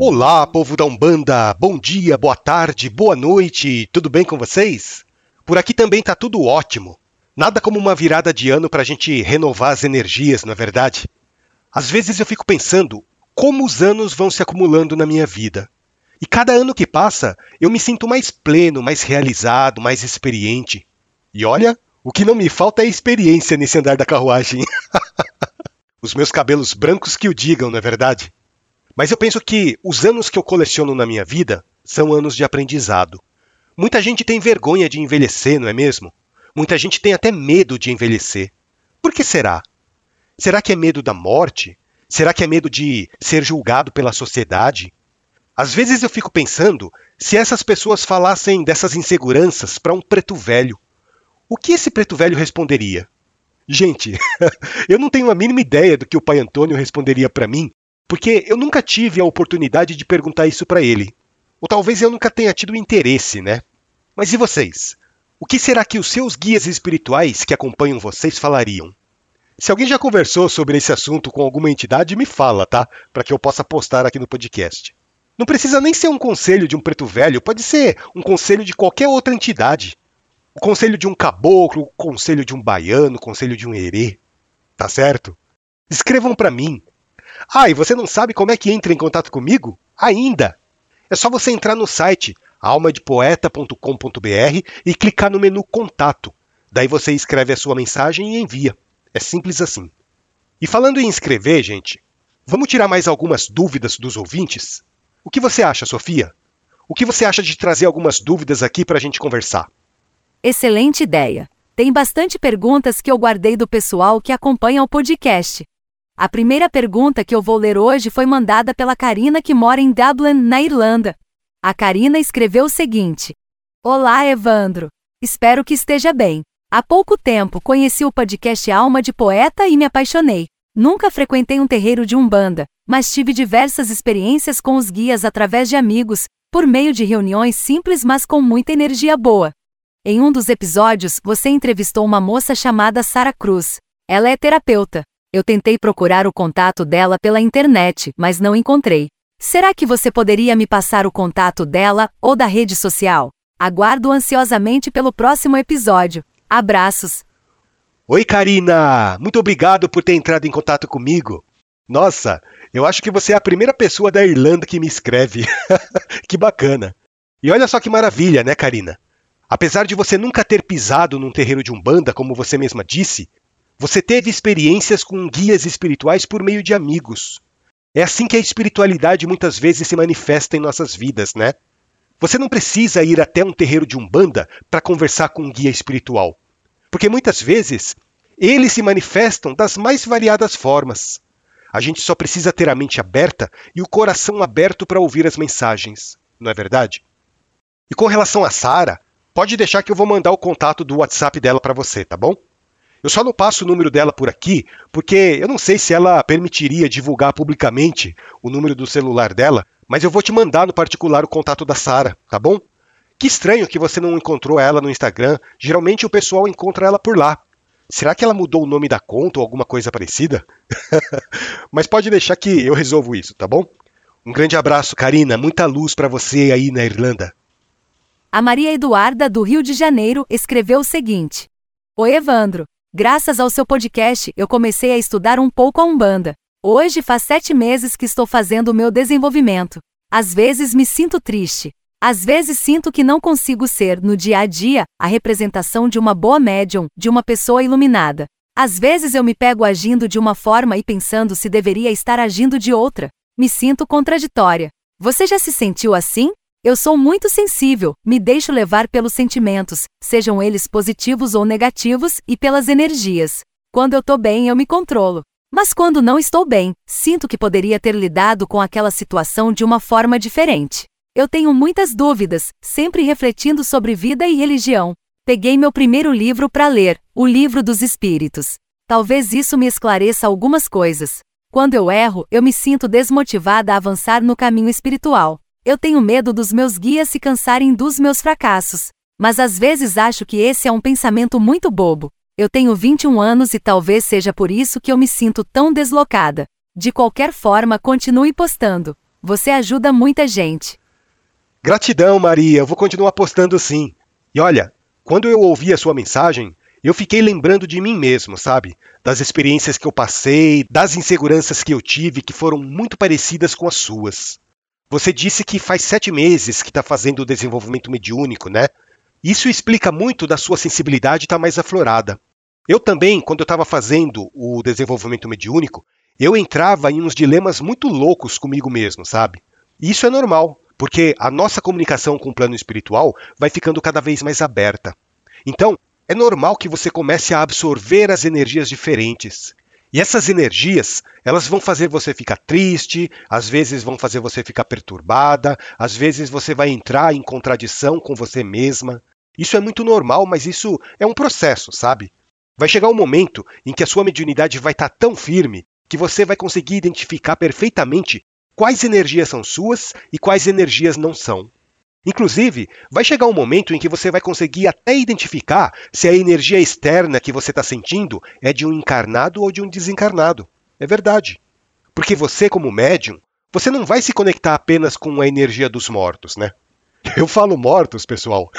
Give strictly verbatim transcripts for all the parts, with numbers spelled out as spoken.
Olá, povo da Umbanda! Bom dia, boa tarde, boa noite, tudo bem com vocês? Por aqui também tá tudo ótimo. Nada como uma virada de ano pra gente renovar as energias, não é verdade? Às vezes eu fico pensando como os anos vão se acumulando na minha vida. E cada ano que passa, eu me sinto mais pleno, mais realizado, mais experiente. E olha, o que não me falta é experiência nesse andar da carruagem. Os meus cabelos brancos que o digam, não é verdade? Mas eu penso que os anos que eu coleciono na minha vida são anos de aprendizado. Muita gente tem vergonha de envelhecer, não é mesmo? Muita gente tem até medo de envelhecer. Por que será? Será que é medo da morte? Será que é medo de ser julgado pela sociedade? Às vezes eu fico pensando se essas pessoas falassem dessas inseguranças para um preto velho. O que esse preto velho responderia? Gente, eu não tenho a mínima ideia do que o pai Antônio responderia para mim, porque eu nunca tive a oportunidade de perguntar isso para ele. Ou talvez eu nunca tenha tido interesse, né? Mas e vocês? O que será que os seus guias espirituais que acompanham vocês falariam? Se alguém já conversou sobre esse assunto com alguma entidade, me fala, tá? Para que eu possa postar aqui no podcast. Não precisa nem ser um conselho de um preto velho, pode ser um conselho de qualquer outra entidade. O conselho de um caboclo, o conselho de um baiano, o conselho de um herê. Tá certo? Escrevam para mim. Ah, e você não sabe como é que entra em contato comigo? Ainda! É só você entrar no site alma de poeta ponto com ponto b r e clicar no menu Contato. Daí você escreve a sua mensagem e envia. É simples assim. E falando em escrever, gente, vamos tirar mais algumas dúvidas dos ouvintes? O que você acha, Sofia? O que você acha de trazer algumas dúvidas aqui para a gente conversar? Excelente ideia! Tem bastante perguntas que eu guardei do pessoal que acompanha o podcast. A primeira pergunta que eu vou ler hoje foi mandada pela Karina, que mora em Dublin, na Irlanda. A Karina escreveu o seguinte: Olá, Evandro. Espero que esteja bem. Há pouco tempo conheci o podcast Alma de Poeta e me apaixonei. Nunca frequentei um terreiro de Umbanda, mas tive diversas experiências com os guias através de amigos, por meio de reuniões simples, mas com muita energia boa. Em um dos episódios, você entrevistou uma moça chamada Sara Cruz. Ela é terapeuta. Eu tentei procurar o contato dela pela internet, mas não encontrei. Será que você poderia me passar o contato dela ou da rede social? Aguardo ansiosamente pelo próximo episódio. Abraços! Oi, Karina! Muito obrigado por ter entrado em contato comigo. Nossa, eu acho que você é a primeira pessoa da Irlanda que me escreve. Que bacana! E olha só que maravilha, né, Karina? Apesar de você nunca ter pisado num terreiro de Umbanda, como você mesma disse, você teve experiências com guias espirituais por meio de amigos. É assim que a espiritualidade muitas vezes se manifesta em nossas vidas, né? Você não precisa ir até um terreiro de Umbanda para conversar com um guia espiritual. Porque muitas vezes, eles se manifestam das mais variadas formas. A gente só precisa ter a mente aberta e o coração aberto para ouvir as mensagens, não é verdade? E com relação a Sara, pode deixar que eu vou mandar o contato do WhatsApp dela para você, tá bom? Eu só não passo o número dela por aqui, porque eu não sei se ela permitiria divulgar publicamente o número do celular dela, mas eu vou te mandar no particular o contato da Sara, tá bom? Que estranho que você não encontrou ela no Instagram, geralmente o pessoal encontra ela por lá. Será que ela mudou o nome da conta ou alguma coisa parecida? Mas pode deixar que eu resolvo isso, tá bom? Um grande abraço, Karina, muita luz para você aí na Irlanda. A Maria Eduarda, do Rio de Janeiro, escreveu o seguinte: Oi, Evandro. Graças ao seu podcast, eu comecei a estudar um pouco a Umbanda. Hoje faz sete meses que estou fazendo o meu desenvolvimento. Às vezes me sinto triste. Às vezes sinto que não consigo ser, no dia a dia, a representação de uma boa médium, de uma pessoa iluminada. Às vezes eu me pego agindo de uma forma e pensando se deveria estar agindo de outra. Me sinto contraditória. Você já se sentiu assim? Eu sou muito sensível, me deixo levar pelos sentimentos, sejam eles positivos ou negativos, e pelas energias. Quando eu tô bem, eu me controlo. Mas quando não estou bem, sinto que poderia ter lidado com aquela situação de uma forma diferente. Eu tenho muitas dúvidas, sempre refletindo sobre vida e religião. Peguei meu primeiro livro para ler, O Livro dos Espíritos. Talvez isso me esclareça algumas coisas. Quando eu erro, eu me sinto desmotivada a avançar no caminho espiritual. Eu tenho medo dos meus guias se cansarem dos meus fracassos. Mas às vezes acho que esse é um pensamento muito bobo. Eu tenho vinte e um anos e talvez seja por isso que eu me sinto tão deslocada. De qualquer forma, continue postando. Você ajuda muita gente. Gratidão, Maria. Eu vou continuar postando sim. E olha, quando eu ouvi a sua mensagem, eu fiquei lembrando de mim mesmo, sabe? Das experiências que eu passei, das inseguranças que eu tive, que foram muito parecidas com as suas. Você disse que faz sete meses que está fazendo o desenvolvimento mediúnico, né? Isso explica muito da sua sensibilidade estar mais aflorada. Eu também, quando eu estava fazendo o desenvolvimento mediúnico, eu entrava em uns dilemas muito loucos comigo mesmo, sabe? E isso é normal, porque a nossa comunicação com o plano espiritual vai ficando cada vez mais aberta. Então, é normal que você comece a absorver as energias diferentes. E essas energias, elas vão fazer você ficar triste, às vezes vão fazer você ficar perturbada, às vezes você vai entrar em contradição com você mesma. Isso é muito normal, mas isso é um processo, sabe? Vai chegar um momento em que a sua mediunidade vai estar tão firme que você vai conseguir identificar perfeitamente quais energias são suas e quais energias não são. Inclusive, vai chegar um momento em que você vai conseguir até identificar se a energia externa que você está sentindo é de um encarnado ou de um desencarnado. É verdade. Porque você, como médium, você não vai se conectar apenas com a energia dos mortos, né? Eu falo mortos, pessoal,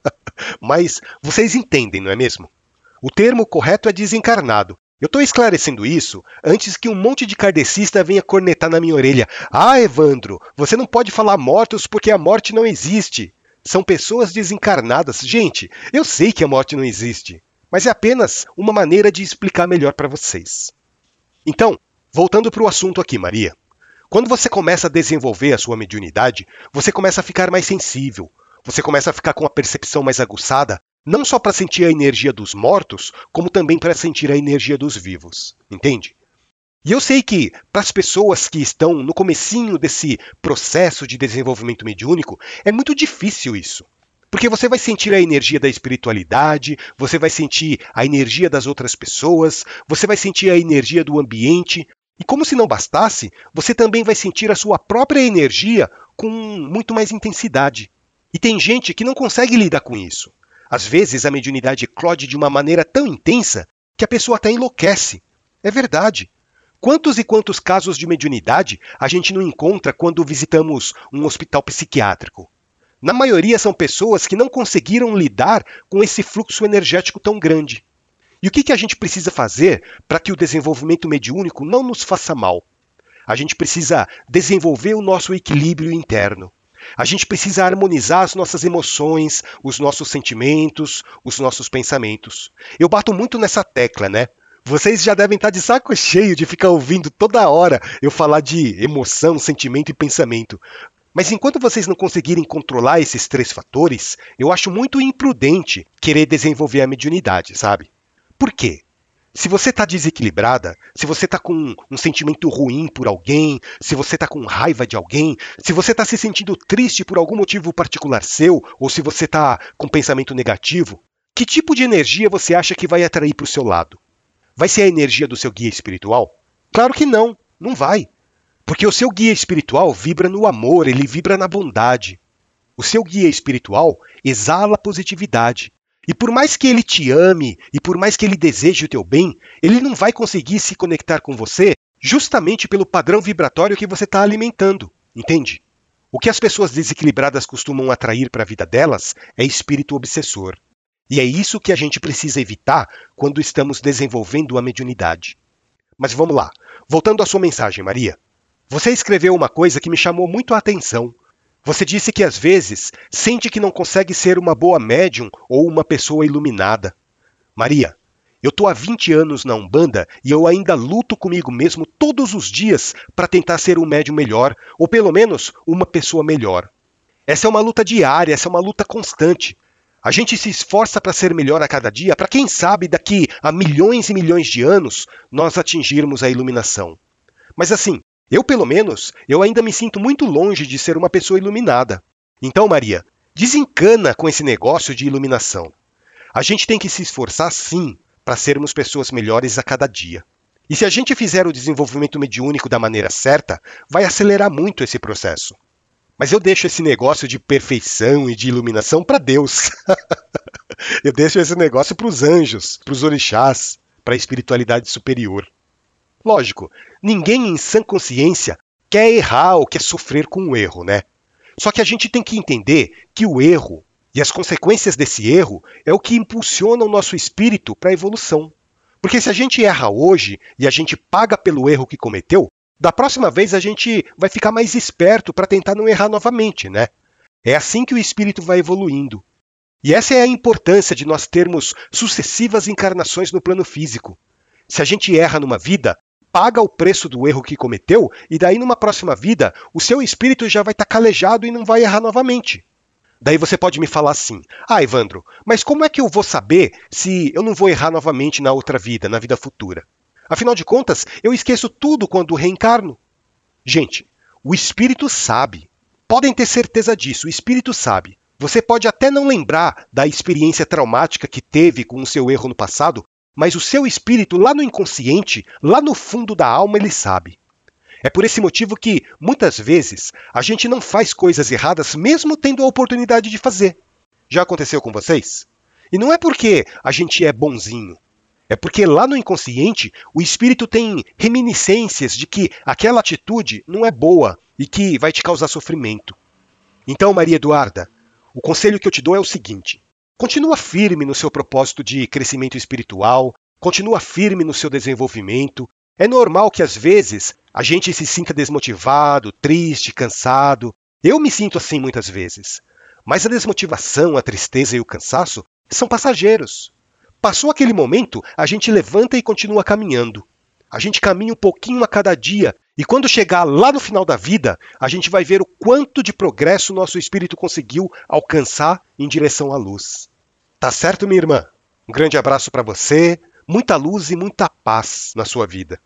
mas vocês entendem, não é mesmo? O termo correto é desencarnado. Eu estou esclarecendo isso antes que um monte de kardecista venha cornetar na minha orelha. Ah, Evandro, você não pode falar mortos porque a morte não existe. São pessoas desencarnadas. Gente, eu sei que a morte não existe, mas é apenas uma maneira de explicar melhor para vocês. Então, voltando para o assunto aqui, Maria. Quando você começa a desenvolver a sua mediunidade, você começa a ficar mais sensível. Você começa a ficar com a percepção mais aguçada, não só para sentir a energia dos mortos, como também para sentir a energia dos vivos, entende? E eu sei que, para as pessoas que estão no comecinho desse processo de desenvolvimento mediúnico, é muito difícil isso. Porque você vai sentir a energia da espiritualidade, você vai sentir a energia das outras pessoas, você vai sentir a energia do ambiente, e como se não bastasse, você também vai sentir a sua própria energia com muito mais intensidade. E tem gente que não consegue lidar com isso. Às vezes a mediunidade eclode de uma maneira tão intensa que a pessoa até enlouquece. É verdade. Quantos e quantos casos de mediunidade a gente não encontra quando visitamos um hospital psiquiátrico? Na maioria são pessoas que não conseguiram lidar com esse fluxo energético tão grande. E o que, que a gente precisa fazer para que o desenvolvimento mediúnico não nos faça mal? A gente precisa desenvolver o nosso equilíbrio interno. A gente precisa harmonizar as nossas emoções, os nossos sentimentos, os nossos pensamentos. Eu bato muito nessa tecla, né? Vocês já devem estar de saco cheio de ficar ouvindo toda hora eu falar de emoção, sentimento e pensamento. Mas enquanto vocês não conseguirem controlar esses três fatores, eu acho muito imprudente querer desenvolver a mediunidade, sabe? Por quê? Se você está desequilibrada, se você está com um sentimento ruim por alguém, se você está com raiva de alguém, se você está se sentindo triste por algum motivo particular seu, ou se você está com pensamento negativo, que tipo de energia você acha que vai atrair para o seu lado? Vai ser a energia do seu guia espiritual? Claro que não, não vai. Porque o seu guia espiritual vibra no amor, ele vibra na bondade. O seu guia espiritual exala positividade. E por mais que ele te ame, e por mais que ele deseje o teu bem, ele não vai conseguir se conectar com você justamente pelo padrão vibratório que você está alimentando, entende? O que as pessoas desequilibradas costumam atrair para a vida delas é espírito obsessor. E é isso que a gente precisa evitar quando estamos desenvolvendo a mediunidade. Mas vamos lá, voltando à sua mensagem, Maria. Você escreveu uma coisa que me chamou muito a atenção. Você disse que às vezes sente que não consegue ser uma boa médium ou uma pessoa iluminada. Maria, eu estou há vinte anos na Umbanda e eu ainda luto comigo mesmo todos os dias para tentar ser um médium melhor, ou pelo menos uma pessoa melhor. Essa é uma luta diária, essa é uma luta constante. A gente se esforça para ser melhor a cada dia, para quem sabe daqui a milhões e milhões de anos nós atingirmos a iluminação. Mas assim, eu, pelo menos, eu ainda me sinto muito longe de ser uma pessoa iluminada. Então, Maria, desencana com esse negócio de iluminação. A gente tem que se esforçar, sim, para sermos pessoas melhores a cada dia. E se a gente fizer o desenvolvimento mediúnico da maneira certa, vai acelerar muito esse processo. Mas eu deixo esse negócio de perfeição e de iluminação para Deus. Eu deixo esse negócio para os anjos, para os orixás, para a espiritualidade superior. Lógico, ninguém em sã consciência quer errar ou quer sofrer com o erro, né? Só que a gente tem que entender que o erro e as consequências desse erro é o que impulsiona o nosso espírito para a evolução. Porque se a gente erra hoje e a gente paga pelo erro que cometeu, da próxima vez a gente vai ficar mais esperto para tentar não errar novamente, né? É assim que o espírito vai evoluindo. E essa é a importância de nós termos sucessivas encarnações no plano físico. Se a gente erra numa vida, paga o preço do erro que cometeu e daí numa próxima vida o seu espírito já vai estar calejado e não vai errar novamente. Daí você pode me falar assim, ah, Evandro, mas como é que eu vou saber se eu não vou errar novamente na outra vida, na vida futura? Afinal de contas, eu esqueço tudo quando reencarno. Gente, o espírito sabe. Podem ter certeza disso, o espírito sabe. Você pode até não lembrar da experiência traumática que teve com o seu erro no passado, mas o seu espírito, lá no inconsciente, lá no fundo da alma, ele sabe. É por esse motivo que, muitas vezes, a gente não faz coisas erradas mesmo tendo a oportunidade de fazer. Já aconteceu com vocês? E não é porque a gente é bonzinho. É porque lá no inconsciente, o espírito tem reminiscências de que aquela atitude não é boa e que vai te causar sofrimento. Então, Maria Eduarda, o conselho que eu te dou é o seguinte. Continua firme no seu propósito de crescimento espiritual, continua firme no seu desenvolvimento. É normal que às vezes a gente se sinta desmotivado, triste, cansado. Eu me sinto assim muitas vezes. Mas a desmotivação, a tristeza e o cansaço são passageiros. Passou aquele momento, a gente levanta e continua caminhando. A gente caminha um pouquinho a cada dia e quando chegar lá no final da vida, a gente vai ver o quanto de progresso nosso espírito conseguiu alcançar em direção à luz. Tá certo, minha irmã? Um grande abraço para você, muita luz e muita paz na sua vida.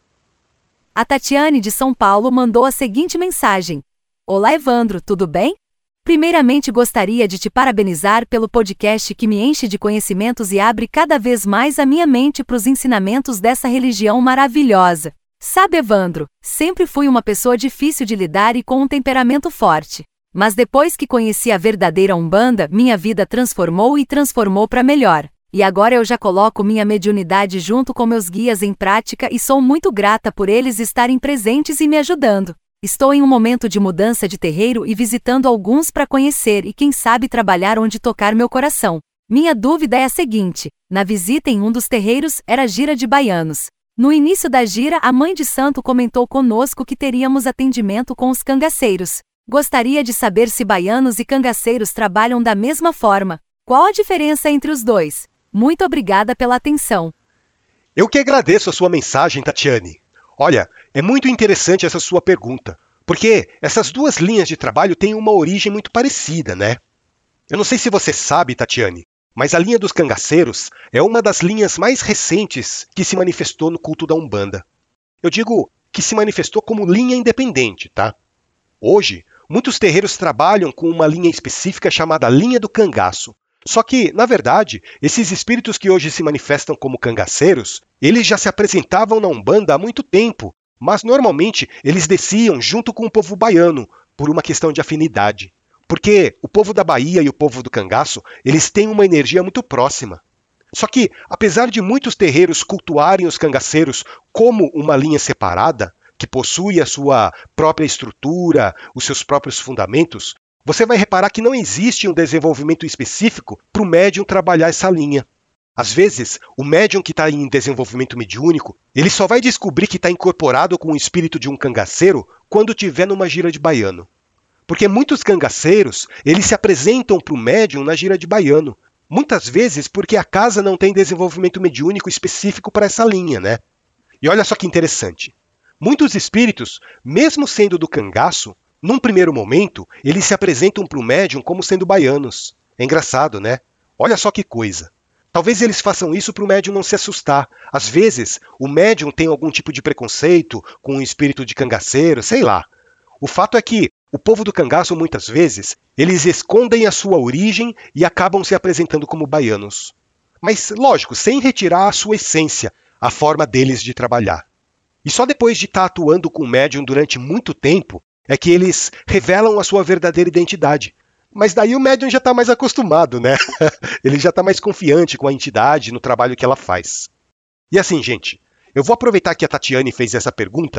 A Tatiane de São Paulo mandou a seguinte mensagem. Olá, Evandro, tudo bem? Primeiramente gostaria de te parabenizar pelo podcast que me enche de conhecimentos e abre cada vez mais a minha mente para os ensinamentos dessa religião maravilhosa. Sabe, Evandro, sempre fui uma pessoa difícil de lidar e com um temperamento forte. Mas depois que conheci a verdadeira Umbanda, minha vida transformou e transformou para melhor. E agora eu já coloco minha mediunidade junto com meus guias em prática e sou muito grata por eles estarem presentes e me ajudando. Estou em um momento de mudança de terreiro e visitando alguns para conhecer e quem sabe trabalhar onde tocar meu coração. Minha dúvida é a seguinte, na visita em um dos terreiros era gira de baianos. No início da gira a mãe de santo comentou conosco que teríamos atendimento com os cangaceiros. Gostaria de saber se baianos e cangaceiros trabalham da mesma forma. Qual a diferença entre os dois? Muito obrigada pela atenção. Eu que agradeço a sua mensagem, Tatiane. Olha, é muito interessante essa sua pergunta, porque essas duas linhas de trabalho têm uma origem muito parecida, né? Eu não sei se você sabe, Tatiane, mas a linha dos cangaceiros é uma das linhas mais recentes que se manifestou no culto da Umbanda. Eu digo que se manifestou como linha independente, tá? Hoje, muitos terreiros trabalham com uma linha específica chamada linha do cangaço. Só que, na verdade, esses espíritos que hoje se manifestam como cangaceiros, eles já se apresentavam na Umbanda há muito tempo, mas normalmente eles desciam junto com o povo baiano, por uma questão de afinidade. Porque o povo da Bahia e o povo do cangaço, eles têm uma energia muito próxima. Só que, apesar de muitos terreiros cultuarem os cangaceiros como uma linha separada, que possui a sua própria estrutura, os seus próprios fundamentos, você vai reparar que não existe um desenvolvimento específico para o médium trabalhar essa linha. Às vezes, o médium que está em desenvolvimento mediúnico, ele só vai descobrir que está incorporado com o espírito de um cangaceiro quando estiver numa gira de baiano. Porque muitos cangaceiros, eles se apresentam para o médium na gira de baiano. Muitas vezes porque a casa não tem desenvolvimento mediúnico específico para essa linha, né? E olha só que interessante. Muitos espíritos, mesmo sendo do cangaço, num primeiro momento, eles se apresentam para o médium como sendo baianos. É engraçado, né? Olha só que coisa. Talvez eles façam isso para o médium não se assustar. Às vezes, o médium tem algum tipo de preconceito com o espírito de cangaceiro, sei lá. O fato é que o povo do cangaço, muitas vezes, eles escondem a sua origem e acabam se apresentando como baianos. Mas, lógico, sem retirar a sua essência, a forma deles de trabalhar. E só depois de estar atuando com o médium durante muito tempo, é que eles revelam a sua verdadeira identidade. Mas daí o médium já está mais acostumado, né? Ele já está mais confiante com a entidade no trabalho que ela faz. E assim, gente, eu vou aproveitar que a Tatiane fez essa pergunta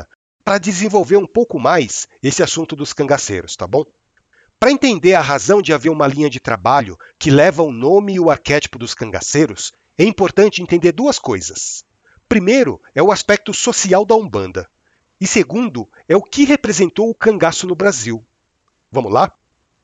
para desenvolver um pouco mais esse assunto dos cangaceiros, tá bom? Para entender a razão de haver uma linha de trabalho que leva o nome e o arquétipo dos cangaceiros, é importante entender duas coisas. Primeiro, é o aspecto social da Umbanda. E segundo, é o que representou o cangaço no Brasil. Vamos lá?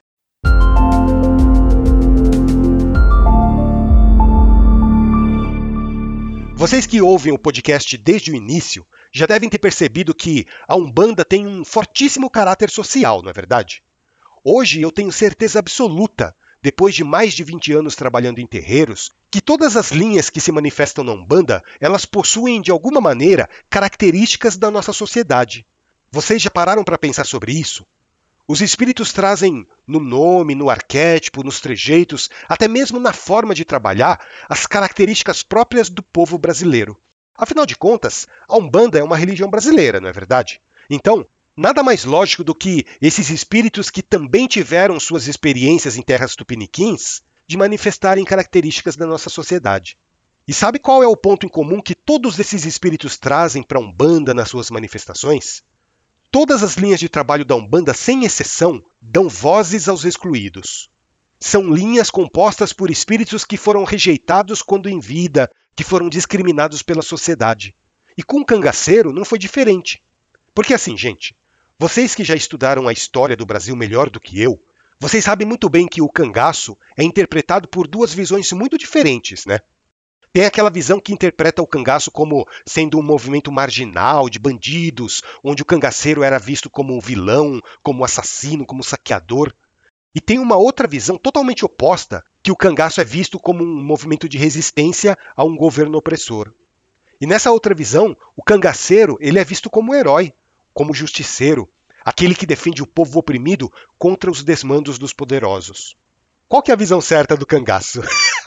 Vocês que ouvem o podcast desde o início já devem ter percebido que a Umbanda tem um fortíssimo caráter social, não é verdade? Hoje eu tenho certeza absoluta, depois de mais de vinte anos trabalhando em terreiros, que todas as linhas que se manifestam na Umbanda, elas possuem de alguma maneira características da nossa sociedade. Vocês já pararam para pensar sobre isso? Os espíritos trazem no nome, no arquétipo, nos trejeitos, até mesmo na forma de trabalhar, as características próprias do povo brasileiro. Afinal de contas, a Umbanda é uma religião brasileira, não é verdade? Então, nada mais lógico do que esses espíritos que também tiveram suas experiências em terras tupiniquins de manifestarem características da nossa sociedade. E sabe qual é o ponto em comum que todos esses espíritos trazem para a Umbanda nas suas manifestações? Todas as linhas de trabalho da Umbanda, sem exceção, dão vozes aos excluídos. São linhas compostas por espíritos que foram rejeitados quando em vida, que foram discriminados pela sociedade. E com o cangaceiro não foi diferente. Porque assim, gente, vocês que já estudaram a história do Brasil melhor do que eu, vocês sabem muito bem que o cangaço é interpretado por duas visões muito diferentes, né? Tem aquela visão que interpreta o cangaço como sendo um movimento marginal de bandidos, onde o cangaceiro era visto como um vilão, como assassino, como saqueador. E tem uma outra visão totalmente oposta, que o cangaço é visto como um movimento de resistência a um governo opressor. E nessa outra visão, o cangaceiro ele é visto como um herói, como justiceiro, aquele que defende o povo oprimido contra os desmandos dos poderosos. Qual que é a visão certa do cangaço?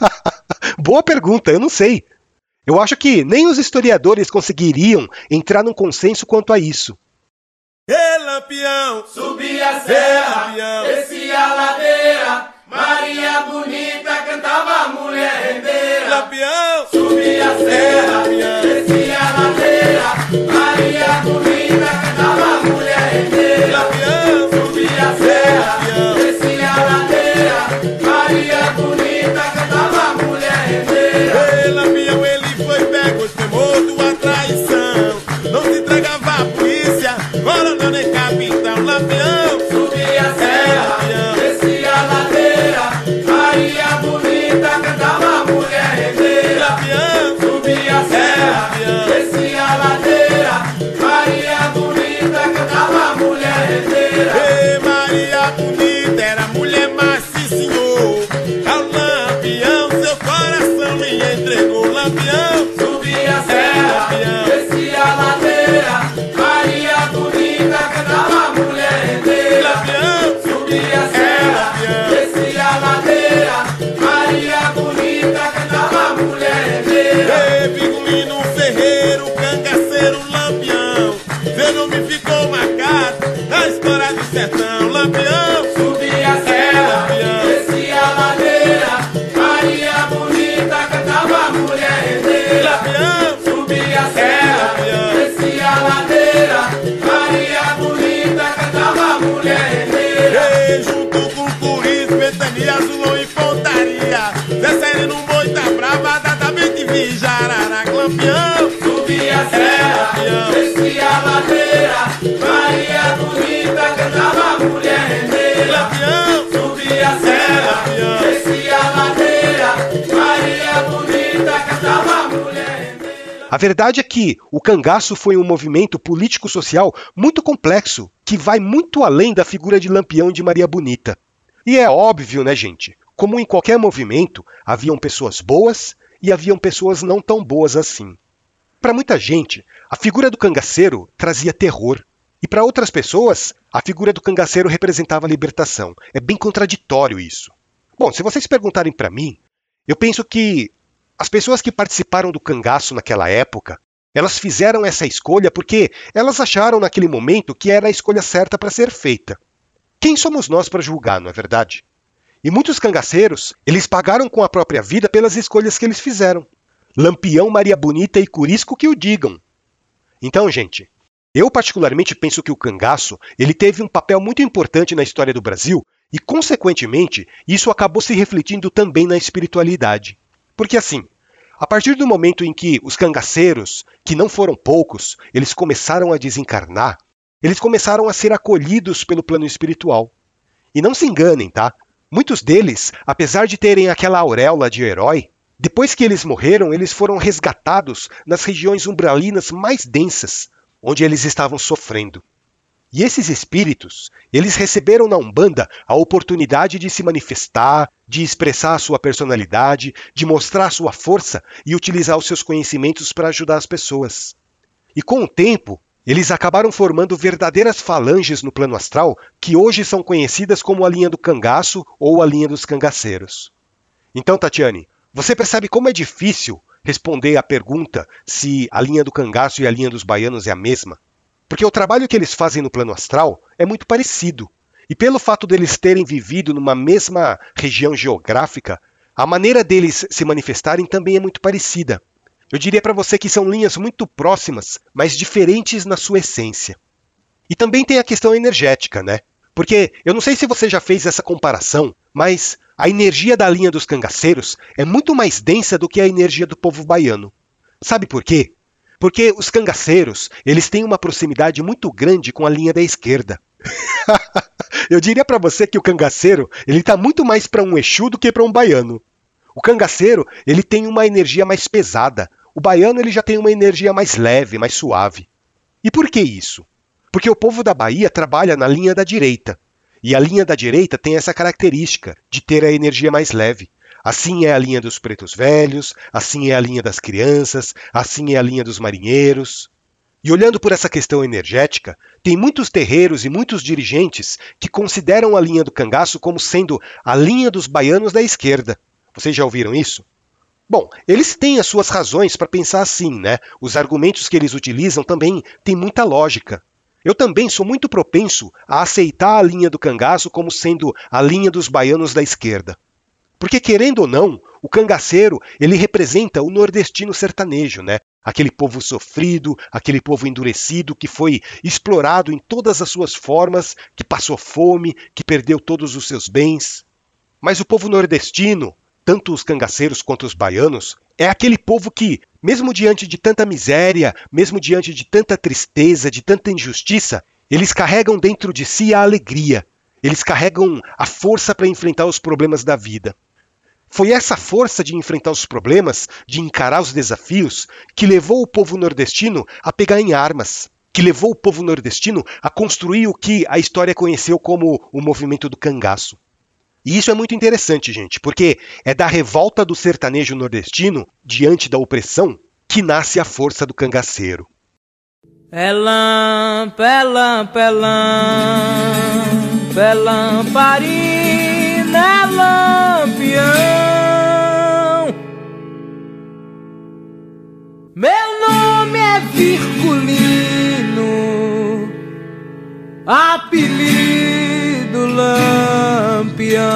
Boa pergunta, eu não sei. Eu acho que nem os historiadores conseguiriam entrar num consenso quanto a isso. Ê, Lampião, subia a serra, descia a ladeira, Maria Bonita cantava mulher rendeira. Lampião, subia a serra, descia a ladeira, Maria Bonita cantava mulher rendeira. Lampião, subia a serra, descia a ladeira, Maria Bonita cantava mulher rendeira. Ei, Lampião, ele foi pego, temor a traição, não se entregava à polícia, coronel nem capitão. Lampião, subia a serra, descia a ladeira, Maria Bonita cantava mulher rendeira. Lampião, subia a serra, descia a ladeira, Maria Bonita cantava mulher rendeira. Ei, Maria Bonita era mulher, mas sim senhor, ao Lampião seu coração me entregou. Lampião, subia a serra, descia a ladeira, Maria Bonita cantava mulher rendeira. Lampião, subia a serra, descia a ladeira, Maria Bonita cantava mulher rendeira. Ei, Bigumino Ferreiro, cangaceiro Lampião, seu nome ficou marcado na história do sertão. Lampião, subia a serra, descia a ladeira, Maria Bonita cantava mulher rendeira. Lampião, subia a serra, descia a ladeira, Maria Bonita cantava mulher rendeira. Ei, junto com Curis, Betania, Zulão e Pontaria, descendo no Moita Brava, Datamente vi Jararaca. Lampião, subia a serra, descia a ladeira, Maria Bonita cantava mulher rendeira. Lampião, subia a serra, descia a ladeira, Maria Bonita cantava mulher rendeira. A verdade é que o cangaço foi um movimento político-social muito complexo, que vai muito além da figura de Lampião e de Maria Bonita. E é óbvio, né, gente? Como em qualquer movimento, haviam pessoas boas e haviam pessoas não tão boas assim. Para muita gente, a figura do cangaceiro trazia terror. E para outras pessoas, a figura do cangaceiro representava libertação. É bem contraditório isso. Bom, se vocês perguntarem para mim, eu penso que as pessoas que participaram do cangaço naquela época, elas fizeram essa escolha porque elas acharam naquele momento que era a escolha certa para ser feita. Quem somos nós para julgar, não é verdade? E muitos cangaceiros, eles pagaram com a própria vida pelas escolhas que eles fizeram. Lampião, Maria Bonita e Curisco que o digam. Então, gente, Eu particularmente penso que o cangaço ele teve um papel muito importante na história do Brasil e, consequentemente, isso acabou se refletindo também na espiritualidade. Porque assim, a partir do momento em que os cangaceiros, que não foram poucos, eles começaram a desencarnar, eles começaram a ser acolhidos pelo plano espiritual. E não se enganem, tá? Muitos deles, apesar de terem aquela auréola de herói, depois que eles morreram, eles foram resgatados nas regiões umbralinas mais densas, onde eles estavam sofrendo. E esses espíritos, eles receberam na Umbanda a oportunidade de se manifestar, de expressar a sua personalidade, de mostrar a sua força e utilizar os seus conhecimentos para ajudar as pessoas. E com o tempo, eles acabaram formando verdadeiras falanges no plano astral que hoje são conhecidas como a linha do cangaço ou a linha dos cangaceiros. Então, Tatiane, você percebe como é difícil responder à pergunta se a linha do cangaço e a linha dos baianos é a mesma? Porque o trabalho que eles fazem no plano astral é muito parecido. E pelo fato deles terem vivido numa mesma região geográfica, a maneira deles se manifestarem também é muito parecida. Eu diria para você que são linhas muito próximas, mas diferentes na sua essência. E também tem a questão energética, né? Porque eu não sei se você já fez essa comparação, mas a energia da linha dos cangaceiros é muito mais densa do que a energia do povo baiano. Sabe por quê? Porque os cangaceiros, eles têm uma proximidade muito grande com a linha da esquerda. Eu diria para você que o cangaceiro, ele está muito mais para um Exu do que para um baiano. O cangaceiro, ele tem uma energia mais pesada. O baiano, ele já tem uma energia mais leve, mais suave. E por que isso? Porque o povo da Bahia trabalha na linha da direita. E a linha da direita tem essa característica de ter a energia mais leve. Assim é a linha dos pretos velhos, assim é a linha das crianças, assim é a linha dos marinheiros. E olhando por essa questão energética, tem muitos terreiros e muitos dirigentes que consideram a linha do cangaço como sendo a linha dos baianos da esquerda. Vocês já ouviram isso? Bom, eles têm as suas razões para pensar assim, né? Os argumentos que eles utilizam também têm muita lógica. Eu também sou muito propenso a aceitar a linha do cangaço como sendo a linha dos baianos da esquerda. Porque, querendo ou não, o cangaceiro, ele representa o nordestino sertanejo, né? Aquele povo sofrido, aquele povo endurecido que foi explorado em todas as suas formas, que passou fome, que perdeu todos os seus bens. Mas o povo nordestino, tanto os cangaceiros quanto os baianos, é aquele povo que, mesmo diante de tanta miséria, mesmo diante de tanta tristeza, de tanta injustiça, eles carregam dentro de si a alegria. Eles carregam a força para enfrentar os problemas da vida. Foi essa força de enfrentar os problemas, de encarar os desafios, que levou o povo nordestino a pegar em armas, que levou o povo nordestino a construir o que a história conheceu como o movimento do cangaço. E isso é muito interessante, gente, porque é da revolta do sertanejo nordestino diante da opressão que nasce a força do cangaceiro. Pelam, pelam, pelam, pelam, parina, lampião. Meu nome é Virgulino, apelido Lampião.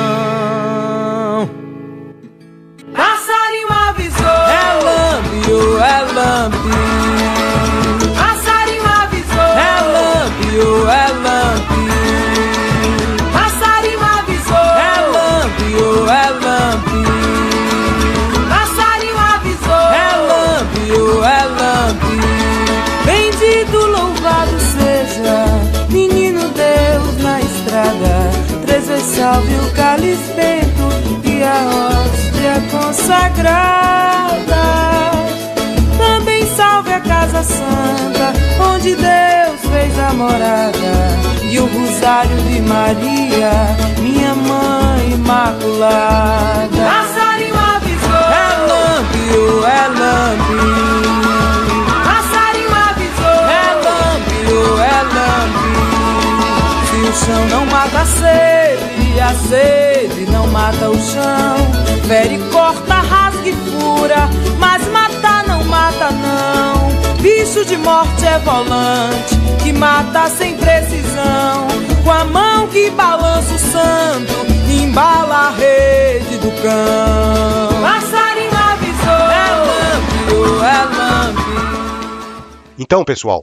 Passarinho avisou, é Lampio, é Lampio. Passarinho avisou, é Lampio, é Lampio. Passarinho avisou, é Lampio, é Lampio. Passarinho avisou, é Lampio, é Lampio. Bendito, louvado seja, menino Deus na estrada. Três vezes salve o cálice bento e a hóstia consagrada. Também salve a casa santa, onde Deus fez a morada. E o rosário de Maria, minha mãe imaculada. Passarinho avisou, é Lampio, é Lampio. Passarinho avisou, é Lampio, é Lampio. Se o chão não mata a sede, a sede não mata o chão. Fere, corta, rasga e fura, mas matar não mata não. Bicho de morte é volante, que mata sem precisão. Com a mão que balança o santo, embala a rede do cão. Passarinho avisou, é Lampio, é Lampio. Então, pessoal,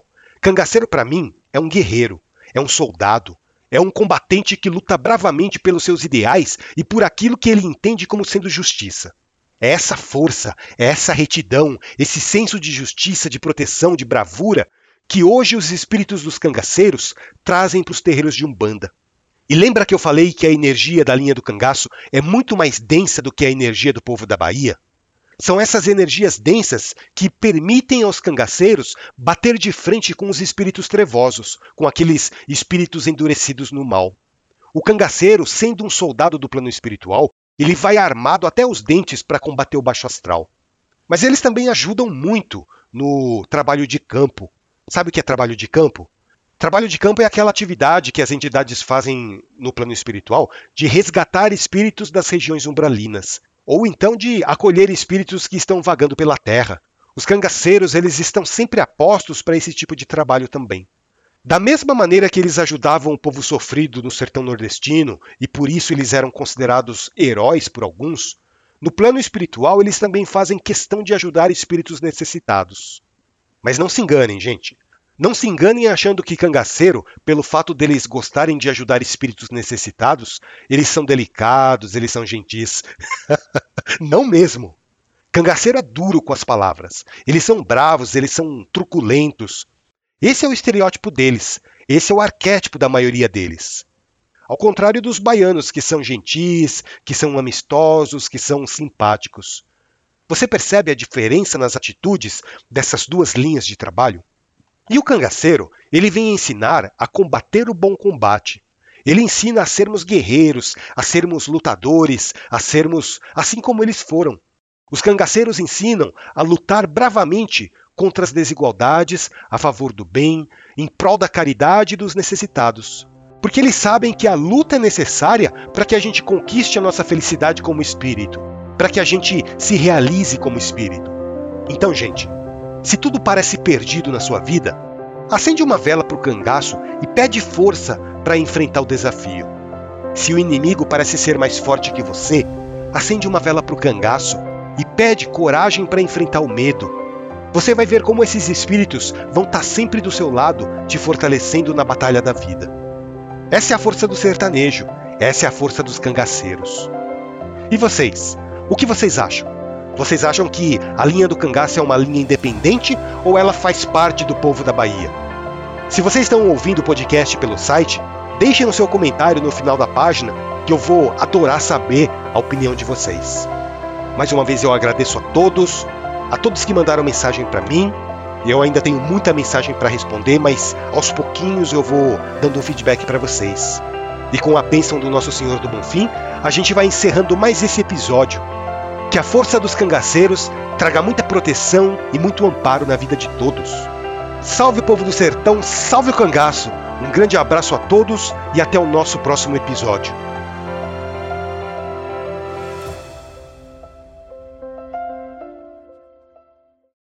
Cangaceiro para mim é um guerreiro, é um soldado, é um combatente que luta bravamente pelos seus ideais e por aquilo que ele entende como sendo justiça. É essa força, é essa retidão, esse senso de justiça, de proteção, de bravura que hoje os espíritos dos cangaceiros trazem para os terreiros de Umbanda. E lembra que eu falei que a energia da linha do cangaço é muito mais densa do que a energia do povo da Bahia? São essas energias densas que permitem aos cangaceiros bater de frente com os espíritos trevosos, com aqueles espíritos endurecidos no mal. O cangaceiro, sendo um soldado do plano espiritual, ele vai armado até os dentes para combater o baixo astral. Mas eles também ajudam muito no trabalho de campo. Sabe o que é trabalho de campo? Trabalho de campo é aquela atividade que as entidades fazem no plano espiritual de resgatar espíritos das regiões umbralinas, ou então de acolher espíritos que estão vagando pela terra. Os cangaceiros, eles estão sempre apostos para esse tipo de trabalho também. Da mesma maneira que eles ajudavam o povo sofrido no sertão nordestino, e por isso eles eram considerados heróis por alguns, no plano espiritual eles também fazem questão de ajudar espíritos necessitados. Mas não se enganem, gente. Não se enganem achando que cangaceiro, pelo fato deles gostarem de ajudar espíritos necessitados, eles são delicados, eles são gentis. Não mesmo. Cangaceiro é duro com as palavras. Eles são bravos, eles são truculentos. Esse é o estereótipo deles. Esse é o arquétipo da maioria deles. Ao contrário dos baianos, que são gentis, que são amistosos, que são simpáticos. Você percebe a diferença nas atitudes dessas duas linhas de trabalho? E o cangaceiro, ele vem ensinar a combater o bom combate. Ele ensina a sermos guerreiros, a sermos lutadores, a sermos assim como eles foram. Os cangaceiros ensinam a lutar bravamente contra as desigualdades, a favor do bem, em prol da caridade e dos necessitados. Porque eles sabem que a luta é necessária para que a gente conquiste a nossa felicidade como espírito, para que a gente se realize como espírito. Então, gente, se tudo parece perdido na sua vida, acende uma vela para o cangaço e pede força para enfrentar o desafio. Se o inimigo parece ser mais forte que você, acende uma vela para o cangaço e pede coragem para enfrentar o medo. Você vai ver como esses espíritos vão estar sempre do seu lado, te fortalecendo na batalha da vida. Essa é a força do sertanejo, essa é a força dos cangaceiros. E vocês? O que vocês acham? Vocês acham que a linha do cangaço é uma linha independente ou ela faz parte do povo da Bahia? Se vocês estão ouvindo o podcast pelo site, deixem o seu comentário no final da página que eu vou adorar saber a opinião de vocês. Mais uma vez eu agradeço a todos, a todos que mandaram mensagem para mim. Eu ainda tenho muita mensagem para responder, mas aos pouquinhos eu vou dando um feedback para vocês. E com a bênção do Nosso Senhor do Bonfim, a gente vai encerrando mais esse episódio. Que a força dos cangaceiros traga muita proteção e muito amparo na vida de todos. Salve o povo do sertão, salve o cangaço! Um grande abraço a todos e até o nosso próximo episódio.